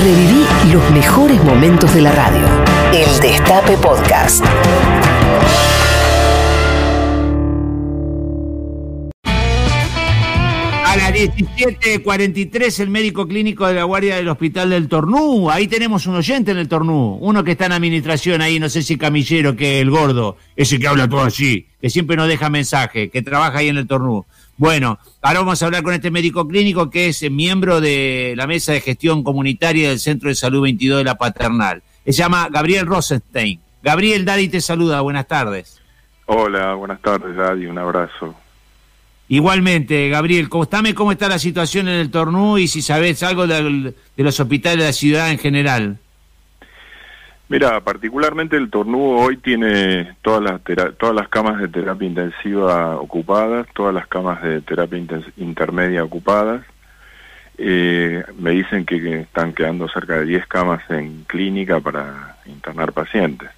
Reviví los mejores momentos de la radio. El Destape Podcast. A las 17:43, el médico clínico de la guardia del Hospital del Tornú. Ahí tenemos un oyente en el Tornú, uno que está en administración ahí, no sé si camillero, que el gordo, ese que habla todo así, que siempre nos deja mensaje, que trabaja ahí en el Tornú. Bueno, ahora vamos a hablar con este médico clínico que es miembro de la Mesa de Gestión Comunitaria del Centro de Salud 22 de la Paternal. Se llama Gabriel Rosenstein. Gabriel, Daddy te saluda, buenas tardes. Hola, buenas tardes, Daddy, un abrazo. Igualmente, Gabriel, contame cómo está la situación en el Tornú y si sabés algo de los hospitales de la ciudad en general. Mira, particularmente el Tornú hoy tiene todas las camas de terapia intensiva ocupadas, todas las camas de terapia intermedia ocupadas. Me dicen que están quedando cerca de 10 camas en clínica para internar pacientes.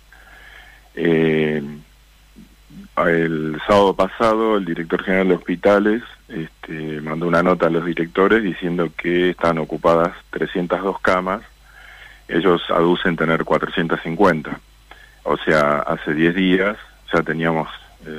El sábado pasado el director general de hospitales mandó una nota a los directores diciendo que están ocupadas 302 camas. Ellos aducen tener 450. O sea, hace 10 días ya teníamos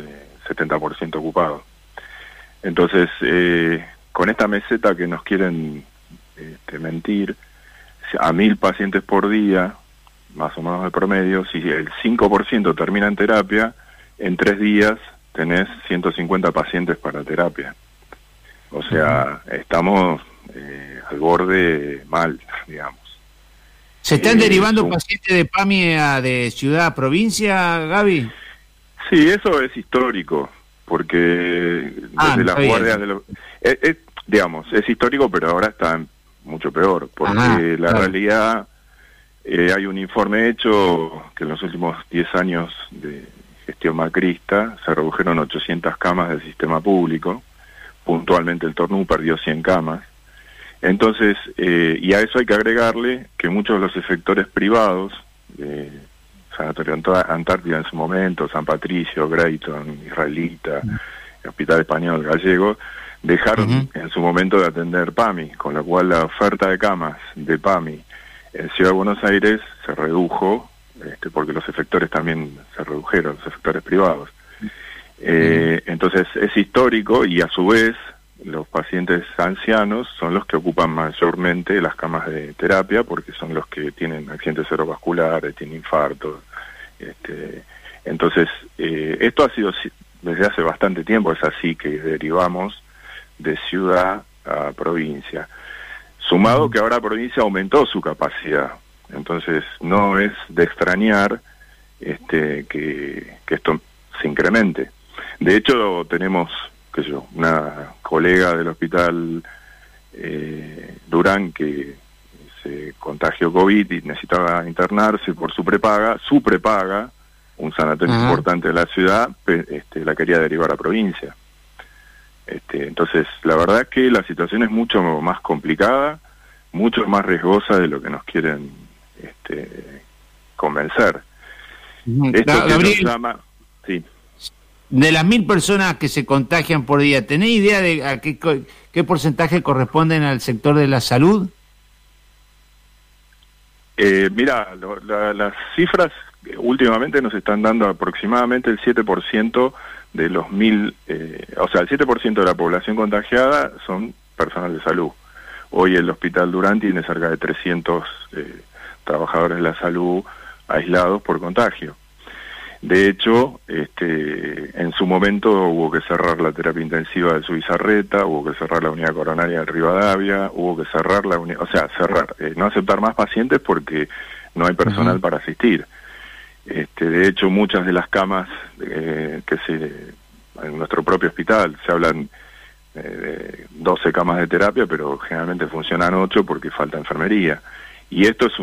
70% ocupado. Entonces, con esta meseta que nos quieren mentir, a 1000 pacientes por día, más o menos de promedio, si el 5% termina en terapia, en 3 días tenés 150 pacientes para terapia. O sea, estamos al borde mal, digamos. ¿Se están derivando pacientes de PAMI de ciudad a provincia, Gaby? Sí, eso es histórico, porque desde las guardias de los... digamos, es histórico, pero ahora está mucho peor, porque realidad, hay un informe hecho que en los últimos 10 años de gestión macrista se redujeron 800 camas del sistema público, puntualmente el Tornú perdió 100 camas. Entonces, y a eso hay que agregarle que muchos de los efectores privados, Sanatorio Antártida en su momento, San Patricio, Grayton, Israelita, Hospital Español, Gallego, dejaron en su momento de atender PAMI, con lo cual la oferta de camas de PAMI en Ciudad de Buenos Aires se redujo, porque los efectores también se redujeron, los efectores privados. Entonces es histórico y a su vez los pacientes ancianos son los que ocupan mayormente las camas de terapia porque son los que tienen accidentes cerebrovasculares, tienen infartos. Entonces, esto ha sido desde hace bastante tiempo, es así que derivamos de ciudad a provincia. Sumado que ahora provincia aumentó su capacidad. Entonces, no es de extrañar que esto se incremente. De hecho, tenemos una colega del hospital Durán que se contagió COVID y necesitaba internarse por su prepaga, un sanatorio importante de la ciudad, la quería derivar a provincia. Entonces, la verdad es que la situación es mucho más complicada, mucho más riesgosa de lo que nos quieren convencer. Esto que nos llama... Sí. De las 1000 personas que se contagian por día, ¿tenés idea de a qué porcentaje corresponden al sector de la salud? Mira, las cifras últimamente nos están dando aproximadamente el 7% de los 1000, o sea, el 7% de la población contagiada son personal de salud. Hoy el Hospital Durán tiene cerca de 300 trabajadores de la salud aislados por contagio. De hecho, en su momento hubo que cerrar la terapia intensiva de Subizarreta, hubo que cerrar la unidad coronaria de Rivadavia, hubo que cerrar la unidad, no aceptar más pacientes porque no hay personal para asistir. De hecho, muchas de las camas en nuestro propio hospital se hablan de 12 camas de terapia, pero generalmente funcionan 8 porque falta enfermería. Y esto es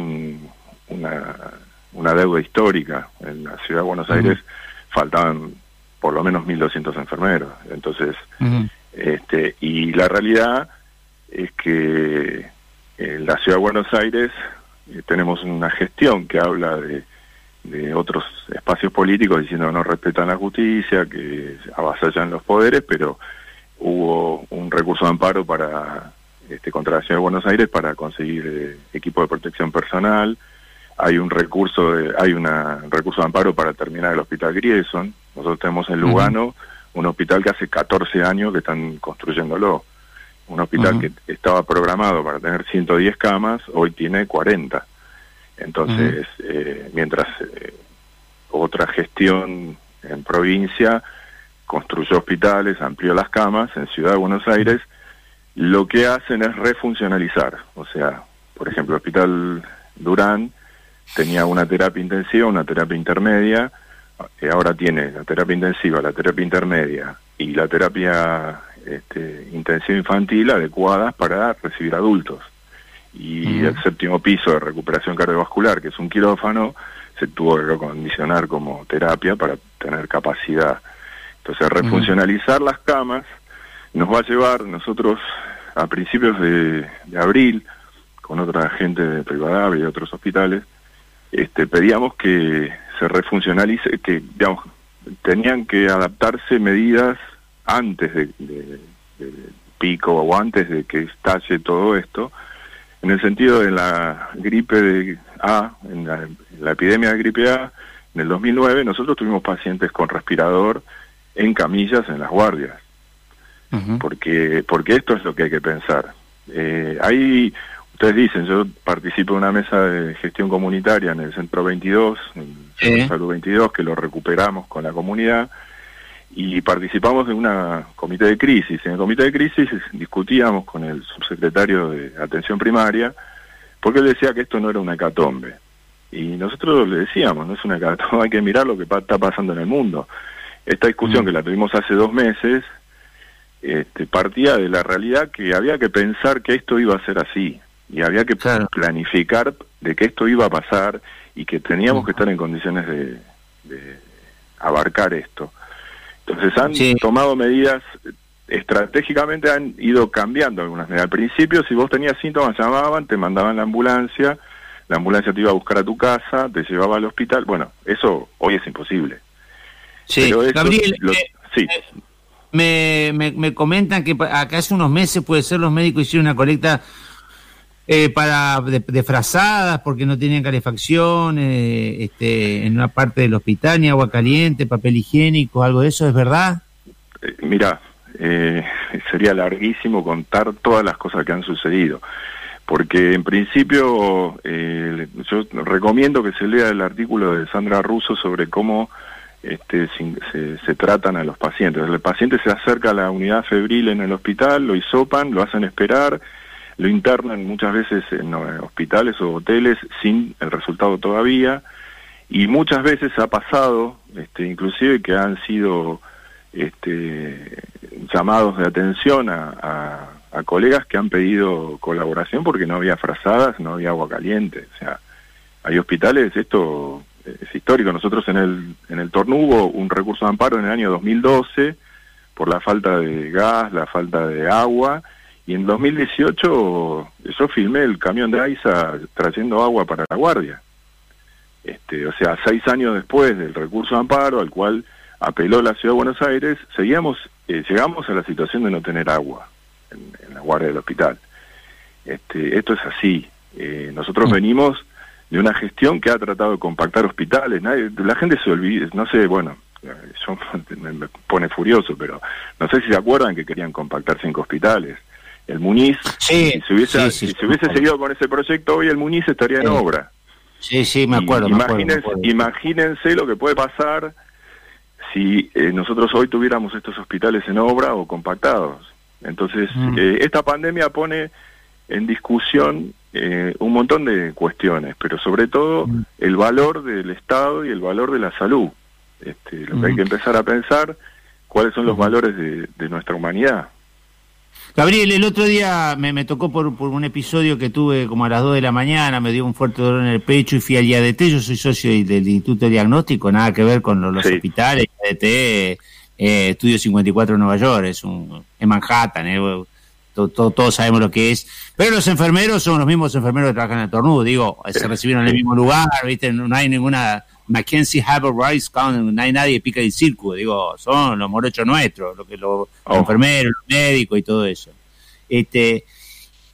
una deuda histórica. En la ciudad de Buenos Aires faltaban por lo menos 1200 enfermeros. Entonces, y la realidad es que en la ciudad de Buenos Aires tenemos una gestión que habla de otros espacios políticos diciendo que no respetan la justicia, que avasallan los poderes, pero hubo un recurso de amparo para contra la Ciudad de Buenos Aires para conseguir equipo de protección personal. Hay un recurso de amparo para terminar el Hospital Grierson. Nosotros tenemos en Lugano un hospital que hace 14 años que están construyéndolo. Un hospital que estaba programado para tener 110 camas, hoy tiene 40. Entonces, mientras otra gestión en provincia construyó hospitales, amplió las camas, en Ciudad de Buenos Aires lo que hacen es refuncionalizar. O sea, por ejemplo, el Hospital Durán tenía una terapia intensiva, una terapia intermedia, ahora tiene la terapia intensiva, la terapia intermedia y la terapia intensiva infantil adecuadas para recibir adultos. Y el séptimo piso de recuperación cardiovascular, que es un quirófano, se tuvo que recondicionar como terapia para tener capacidad. Entonces, refuncionalizar las camas nos va a llevar, nosotros a principios de abril, con otra gente de Privadavia y de otros hospitales, pedíamos que se refuncionalice, que digamos tenían que adaptarse medidas antes del pico o antes de que estalle todo esto, en el sentido de la gripe de A, en la epidemia de gripe A, en el 2009 nosotros tuvimos pacientes con respirador en camillas en las guardias, porque esto es lo que hay que pensar. Ahí ustedes dicen, yo participo en una mesa de gestión comunitaria en el Centro 22, en el Salud 22, que lo recuperamos con la comunidad, y participamos de una comité de crisis. En el comité de crisis discutíamos con el subsecretario de Atención Primaria, porque él decía que esto no era una hecatombe. Y nosotros le decíamos, no es una hecatombe, hay que mirar lo que está pasando en el mundo. Esta discusión que la tuvimos hace 2 meses, partía de la realidad que había que pensar que esto iba a ser así, y había que planificar de que esto iba a pasar, y que teníamos que estar en condiciones de abarcar esto. Entonces han tomado medidas, estratégicamente han ido cambiando algunas medidas. Al principio, si vos tenías síntomas, llamaban, te mandaban la ambulancia te iba a buscar a tu casa, te llevaba al hospital. Bueno, eso hoy es imposible. Sí, pero eso, Gabriel, me comentan que acá hace unos meses, puede ser, los médicos hicieron una colecta para de frazadas porque no tenían calefacción en una parte del hospital, ni agua caliente, papel higiénico, algo de eso, ¿es verdad? Mira, sería larguísimo contar todas las cosas que han sucedido, porque en principio yo recomiendo que se lea el artículo de Sandra Russo sobre cómo se tratan a los pacientes. El paciente se acerca a la unidad febril en el hospital, lo hisopan, lo hacen esperar, lo internan muchas veces en hospitales o hoteles sin el resultado todavía, y muchas veces ha pasado, inclusive que han sido llamados de atención a colegas que han pedido colaboración porque no había frazadas, no había agua caliente. O sea, hay hospitales, esto es histórico. Nosotros en el Tornú hubo un recurso de amparo en el año 2012 por la falta de gas, la falta de agua, y en 2018 yo filmé el camión de AISA trayendo agua para la guardia. O sea, 6 años después del recurso de amparo al cual apeló la Ciudad de Buenos Aires, llegamos a la situación de no tener agua en la guardia del hospital. Esto es así. Nosotros venimos de una gestión que ha tratado de compactar hospitales. La gente se olvida, no sé, bueno, yo me pone furioso, pero no sé si se acuerdan que querían compactar 5 hospitales. El Muniz, si se hubiese seguido con ese proyecto, hoy el Muniz estaría en obra. Sí, me acuerdo. Imagínense lo que puede pasar si nosotros hoy tuviéramos estos hospitales en obra o compactados. Entonces, esta pandemia pone en discusión un montón de cuestiones, pero sobre todo el valor del Estado y el valor de la salud. Lo que hay que empezar a pensar, cuáles son los valores de nuestra humanidad. Gabriel, el otro día me tocó por un episodio que tuve como a las 2 de la mañana, me dio un fuerte dolor en el pecho y fui al IADT. Yo soy socio del Instituto de Diagnóstico, nada que ver con los hospitales. IADT, Estudio 54 en Nueva York, en Manhattan, todos sabemos lo que es. Pero los enfermeros son los mismos enfermeros que trabajan en el Tornú, digo, se recibieron en el mismo lugar, ¿viste? No hay ninguna Mackenzie Haber Rice Count, no hay nadie pica del circo, digo, son los morochos nuestros, los enfermeros, los médicos y todo eso.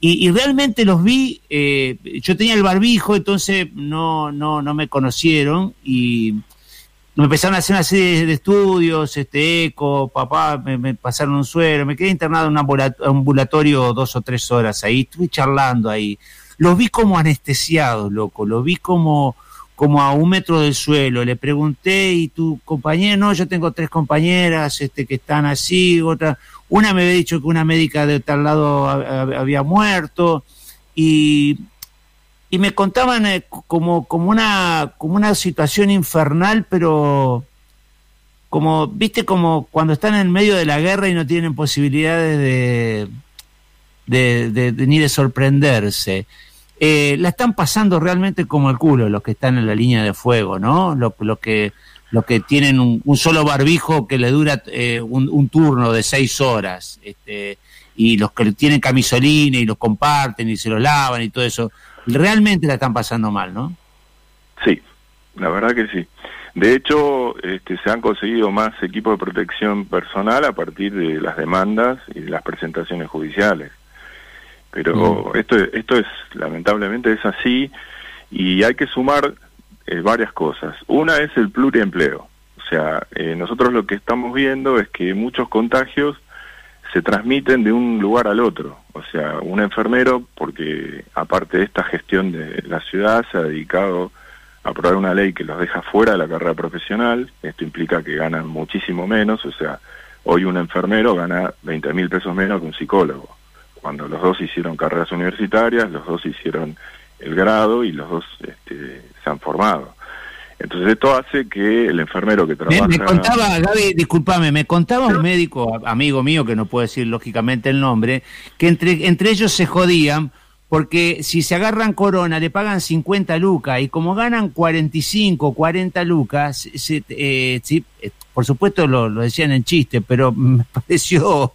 Y realmente los vi, yo tenía el barbijo, entonces no me conocieron y me empezaron a hacer una serie de estudios, eco, papá, me pasaron un suero, me quedé internado en un ambulatorio 2 o 3 horas ahí, estuve charlando ahí. Los vi como anestesiados, loco, los vi como a 1 metro del suelo. Le pregunté, ¿y tu compañera? No, yo tengo 3 compañeras que están así, otra. Una me había dicho que una médica de tal lado había muerto, y me contaban como una situación infernal, pero como, viste, como cuando están en medio de la guerra y no tienen posibilidades ni de sorprenderse. La están pasando realmente como el culo los que están en la línea de fuego, ¿no? Los que tienen un solo barbijo que le dura un turno de 6 horas, y los que tienen camisolina y los comparten y se los lavan y todo eso, realmente la están pasando mal, ¿no? Sí, la verdad que sí. De hecho, se han conseguido más equipos de protección personal a partir de las demandas y de las presentaciones judiciales. Pero esto es, lamentablemente es así, y hay que sumar varias cosas. Una es el pluriempleo. O sea, nosotros lo que estamos viendo es que muchos contagios se transmiten de un lugar al otro. O sea, un enfermero, porque aparte de esta gestión de la ciudad, se ha dedicado a aprobar una ley que los deja fuera de la carrera profesional. Esto implica que ganan muchísimo menos. O sea, hoy un enfermero gana 20.000 pesos menos que un psicólogo, cuando los dos hicieron carreras universitarias, los dos hicieron el grado y los dos se han formado. Entonces esto hace que el enfermero que trabaja... Me contaba, Gaby, discúlpame, me contaba un médico, amigo mío, que no puedo decir lógicamente el nombre, que entre ellos se jodían, porque si se agarran corona le pagan 50 lucas, y como ganan 45, 40 lucas, sí, por supuesto lo decían en chiste, pero me pareció...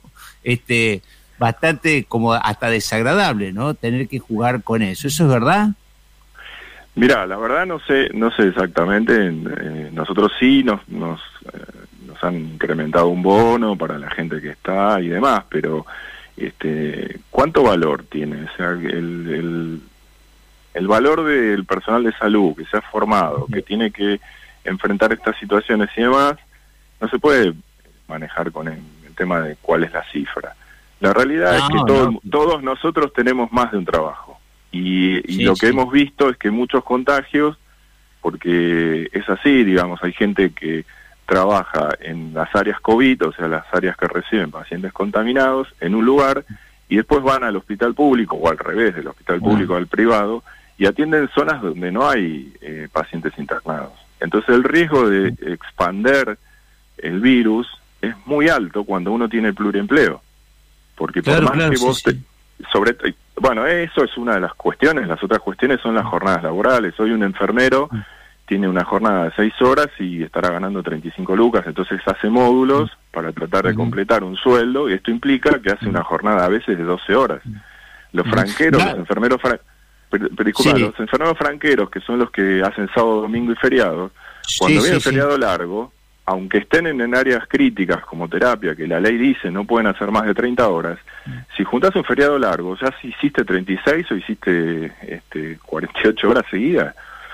bastante como hasta desagradable, ¿no? Tener que jugar con eso. ¿Eso es verdad? Mira, la verdad no sé exactamente. Nosotros sí nos han incrementado un bono para la gente que está y demás, pero ¿cuánto valor tiene? O sea, el valor del personal de salud que se ha formado, que tiene que enfrentar estas situaciones y demás, no se puede manejar con el tema de cuál es la cifra. La realidad es que todos nosotros tenemos más de un trabajo, y lo que hemos visto es que muchos contagios, porque es así, digamos, hay gente que trabaja en las áreas COVID, o sea, las áreas que reciben pacientes contaminados, en un lugar, y después van al hospital público, o al revés, del hospital público al privado, y atienden zonas donde no hay pacientes internados. Entonces el riesgo de expander el virus es muy alto cuando uno tiene pluriempleo. Porque por más que vos bueno, eso es una de las cuestiones. Las otras cuestiones son las jornadas laborales. Hoy un enfermero tiene una jornada de 6 horas y estará ganando 35 lucas, entonces hace módulos para tratar de completar un sueldo, y esto implica que hace una jornada a veces de 12 horas. Los franqueros, los enfermeros los enfermeros franqueros, que son los que hacen sábado, domingo y feriados, cuando viene el feriado largo, aunque estén en áreas críticas como terapia, que la ley dice no pueden hacer más de 30 horas, si juntás un feriado largo, ya si hiciste 36 o hiciste 48 horas seguidas,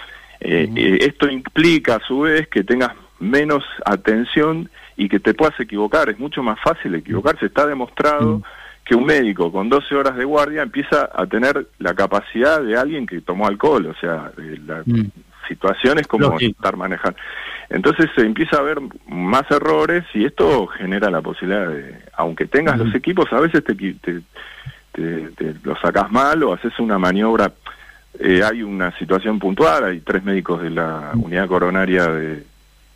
esto implica a su vez que tengas menos atención y que te puedas equivocar. Es mucho más fácil equivocarse. Está demostrado que un médico con 12 horas de guardia empieza a tener la capacidad de alguien que tomó alcohol, o sea, situaciones como estar manejando. Entonces se empieza a ver más errores, y esto genera la posibilidad de, aunque tengas los equipos, a veces te lo sacás mal o haces una maniobra. Hay una situación puntual, hay 3 médicos de la unidad coronaria del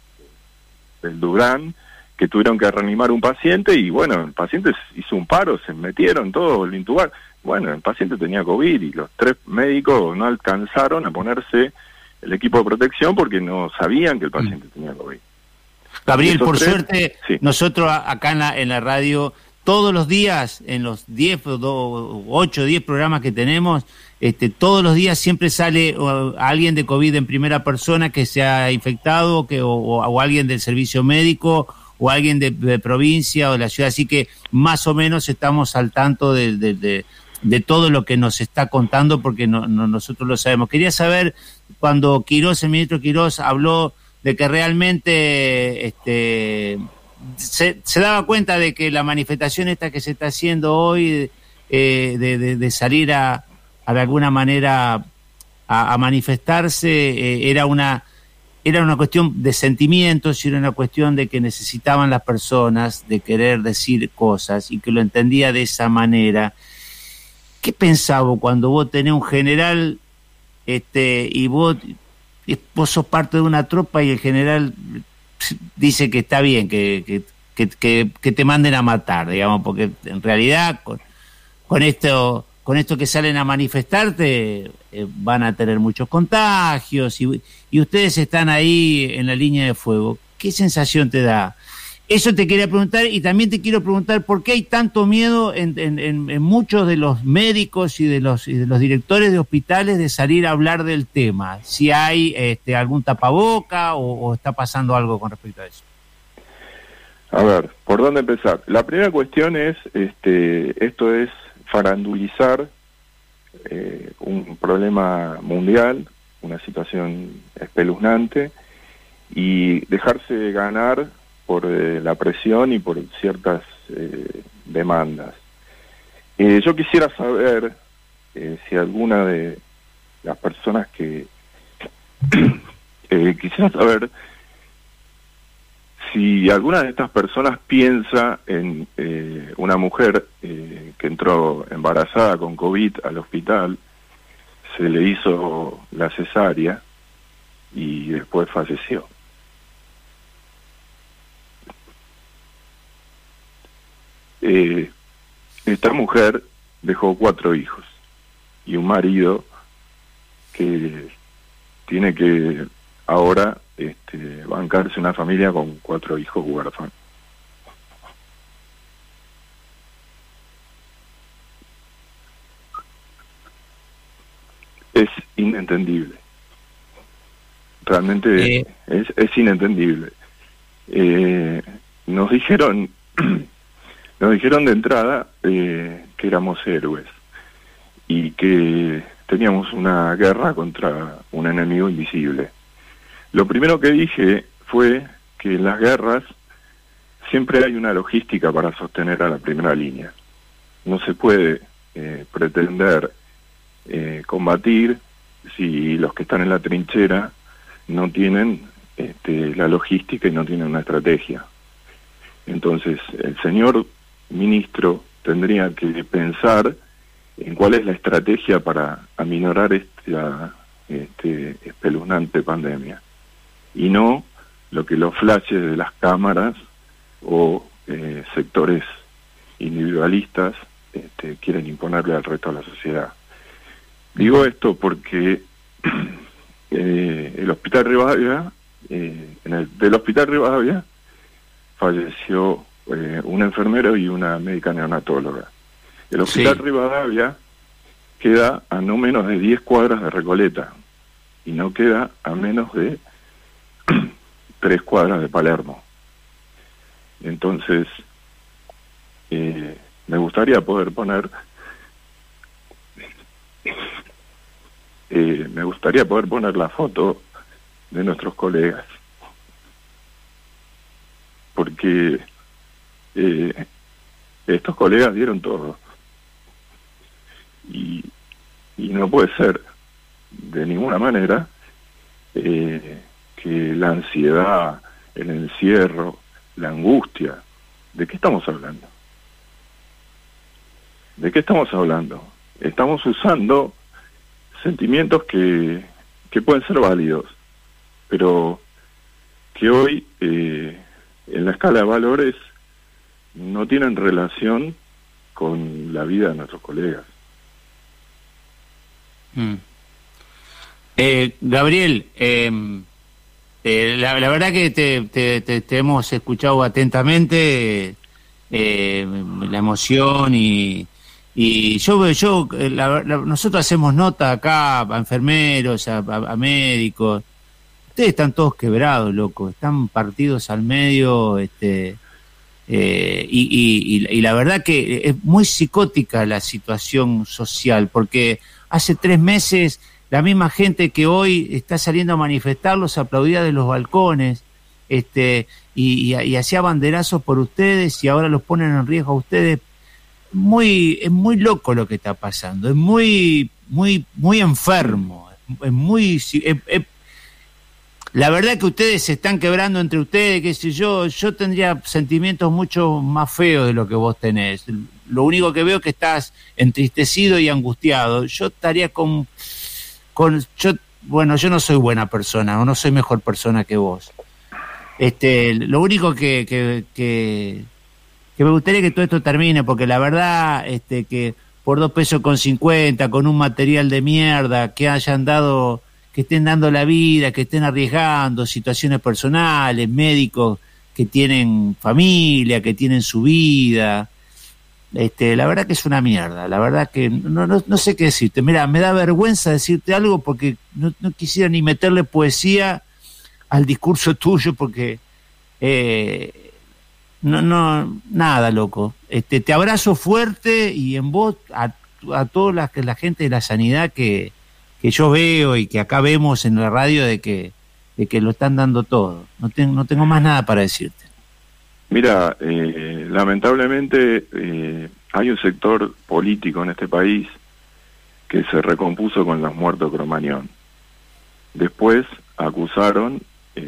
Durán que tuvieron que reanimar un paciente, y bueno, el paciente hizo un paro, se metieron todos, lo intubaron. Bueno, el paciente tenía COVID y los 3 médicos no alcanzaron a ponerse el equipo de protección porque no sabían que el paciente tenía COVID. Gabriel, por suerte, nosotros acá en la radio, todos los días, en los 8 o 10 programas que tenemos, todos los días siempre sale alguien de COVID en primera persona que se ha infectado, o alguien del servicio médico, o alguien de provincia o de la ciudad, así que más o menos estamos al tanto de de todo lo que nos está contando, porque nosotros lo sabemos. Quería saber, cuando Quirós, el ministro Quirós, habló de que realmente se daba cuenta de que la manifestación esta que se está haciendo hoy, de salir a de alguna manera a manifestarse, era una cuestión de sentimientos, y era una cuestión de que necesitaban las personas de querer decir cosas, y que lo entendía de esa manera. ¿Qué pensaba cuando vos tenés un general y vos sos parte de una tropa y el general dice que está bien que te manden a matar, digamos, porque en realidad con esto que salen a manifestarte van a tener muchos contagios y ustedes están ahí en la línea de fuego? ¿Qué sensación te da? Eso te quería preguntar, y también te quiero preguntar por qué hay tanto miedo en muchos de los médicos y de los directores de hospitales de salir a hablar del tema. Si hay algún tapaboca o está pasando algo con respecto a eso. A ver, ¿por dónde empezar? La primera cuestión es, esto es farandulizar un problema mundial, una situación espeluznante, y dejarse ganar por la presión y por ciertas demandas. Yo quisiera saber si alguna de las personas quisiera saber si alguna de estas personas piensa en una mujer que entró embarazada con COVID al hospital, se le hizo la cesárea y después falleció. Esta mujer dejó 4 hijos y un marido que tiene que ahora bancarse una familia con 4 hijos huérfanos. Es inentendible. Realmente es inentendible. Nos dijeron de entrada que éramos héroes y que teníamos una guerra contra un enemigo invisible. Lo primero que dije fue que en las guerras siempre hay una logística para sostener a la primera línea. No se puede pretender combatir si los que están en la trinchera no tienen la logística y no tienen una estrategia. Entonces, el señor ministro tendría que pensar en cuál es la estrategia para aminorar esta espeluznante pandemia, y no lo que los flashes de las cámaras o sectores individualistas quieren imponerle al resto de la sociedad. Digo esto porque el Hospital Rivadavia, del Hospital Rivadavia falleció un enfermero y una médica neonatóloga. El Hospital Rivadavia queda a no menos de 10 cuadras de Recoleta y no queda a menos de 3 cuadras de Palermo. Entonces, me gustaría poder poner la foto de nuestros colegas, porque estos colegas dieron todo, y no puede ser de ninguna manera que la ansiedad, el encierro, la angustia, ¿de qué estamos hablando? ¿De qué estamos hablando? Estamos usando sentimientos que pueden ser válidos, pero que hoy en la escala de valores no tienen relación con la vida de nuestros colegas. Gabriel, la verdad que te hemos escuchado atentamente, la emoción y nosotros hacemos nota acá a enfermeros, a médicos. Ustedes están todos quebrados, loco, están partidos al medio, Y la verdad que es muy psicótica la situación social, porque hace 3 meses la misma gente que hoy está saliendo a manifestar los aplaudía de los balcones, y hacía banderazos por ustedes, y ahora los ponen en riesgo a ustedes. Es muy loco lo que está pasando, es muy enfermo, la verdad que ustedes se están quebrando entre ustedes, qué sé yo tendría sentimientos mucho más feos de lo que vos tenés. Lo único que veo es que estás entristecido y angustiado. Yo estaría yo no soy buena persona, o no soy mejor persona que vos. Lo único que me gustaría que todo esto termine, porque la verdad, que por 2.50 pesos, con un material de mierda, que estén dando la vida, que estén arriesgando situaciones personales, médicos que tienen familia, que tienen su vida. La verdad que es una mierda, la verdad que no sé qué decirte. Mira, me da vergüenza decirte algo porque no quisiera ni meterle poesía al discurso tuyo, porque nada, loco. Te abrazo fuerte, y en vos a toda la gente de la sanidad que yo veo y que acá vemos en la radio, de que lo están dando todo. No tengo más nada para decirte. Mira, lamentablemente hay un sector político en este país que se recompuso con los muertos de Cromañón. Después acusaron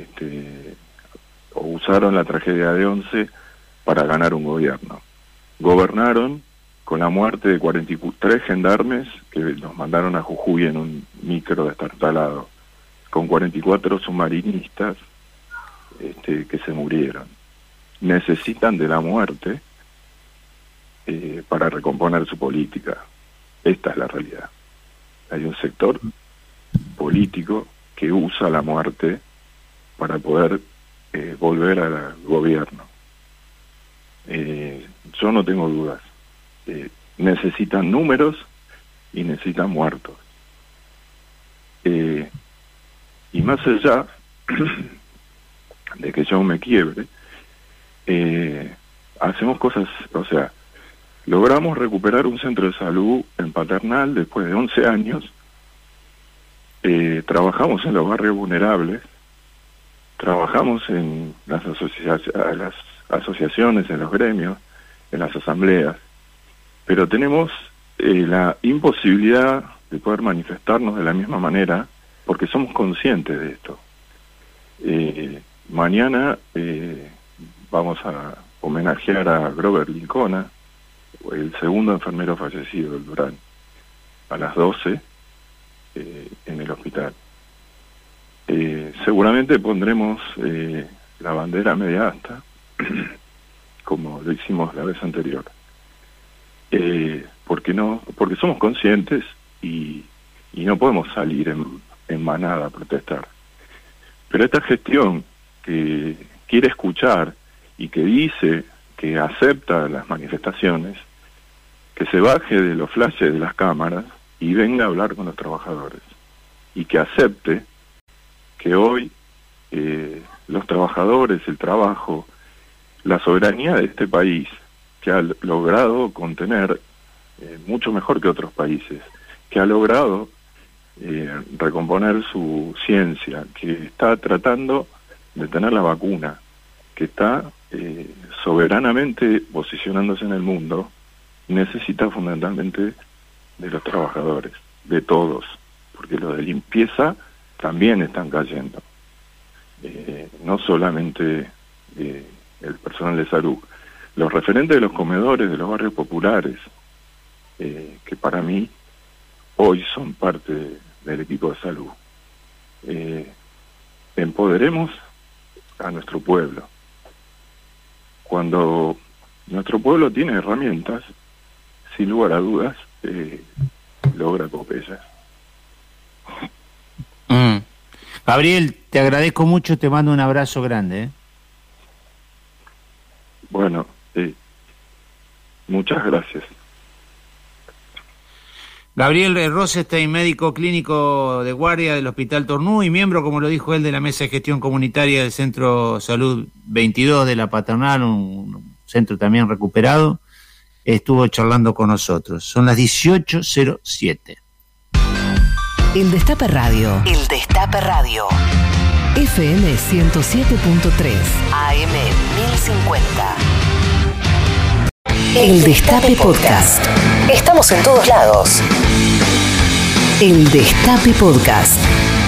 o usaron la tragedia de Once para ganar un gobierno. Gobernaron con la muerte de 43 gendarmes que los mandaron a Jujuy en un micro destartalado, con 44 submarinistas que se murieron. Necesitan de la muerte para recomponer su política. Esta es la realidad. Hay un sector político que usa la muerte para poder volver al gobierno. Yo no tengo dudas. Necesitan números y necesitan muertos. Y más allá de que yo me quiebre, hacemos cosas, o sea, logramos recuperar un centro de salud en Paternal después de 11 años. Trabajamos en los barrios vulnerables, trabajamos en las asociaciones, en los gremios, en las asambleas, pero tenemos la imposibilidad de poder manifestarnos de la misma manera, porque somos conscientes de esto. Mañana vamos a homenajear a Grover Lincona, el segundo enfermero fallecido del Durán, a las 12 en el hospital. Seguramente pondremos la bandera media asta, como lo hicimos la vez anterior. Porque somos conscientes y no podemos salir en manada a protestar. Pero esta gestión que quiere escuchar y que dice que acepta las manifestaciones, que se baje de los flashes de las cámaras y venga a hablar con los trabajadores, y que acepte que hoy los trabajadores, el trabajo, la soberanía de este país, que ha logrado contener mucho mejor que otros países, que ha logrado recomponer su ciencia, que está tratando de tener la vacuna, que está soberanamente posicionándose en el mundo, necesita fundamentalmente de los trabajadores, de todos, porque los de limpieza también están cayendo, no solamente el personal de salud, los referentes de los comedores de los barrios populares, que para mí hoy son parte del equipo de salud. Empoderemos a nuestro pueblo. Cuando nuestro pueblo tiene herramientas, sin lugar a dudas, logra copellas. Gabriel, te agradezco mucho, te mando un abrazo grande. Bueno, muchas gracias. Gabriel Rosenstein, médico clínico de guardia del Hospital Tornú y miembro, como lo dijo él, de la Mesa de Gestión Comunitaria del Centro Salud 22 de la Paternal, un centro también recuperado, estuvo charlando con nosotros. Son las 18:07. El Destape Radio. El Destape Radio. FM 107.3. AM 1050. El Destape Podcast. Estamos en todos lados. El Destape Podcast.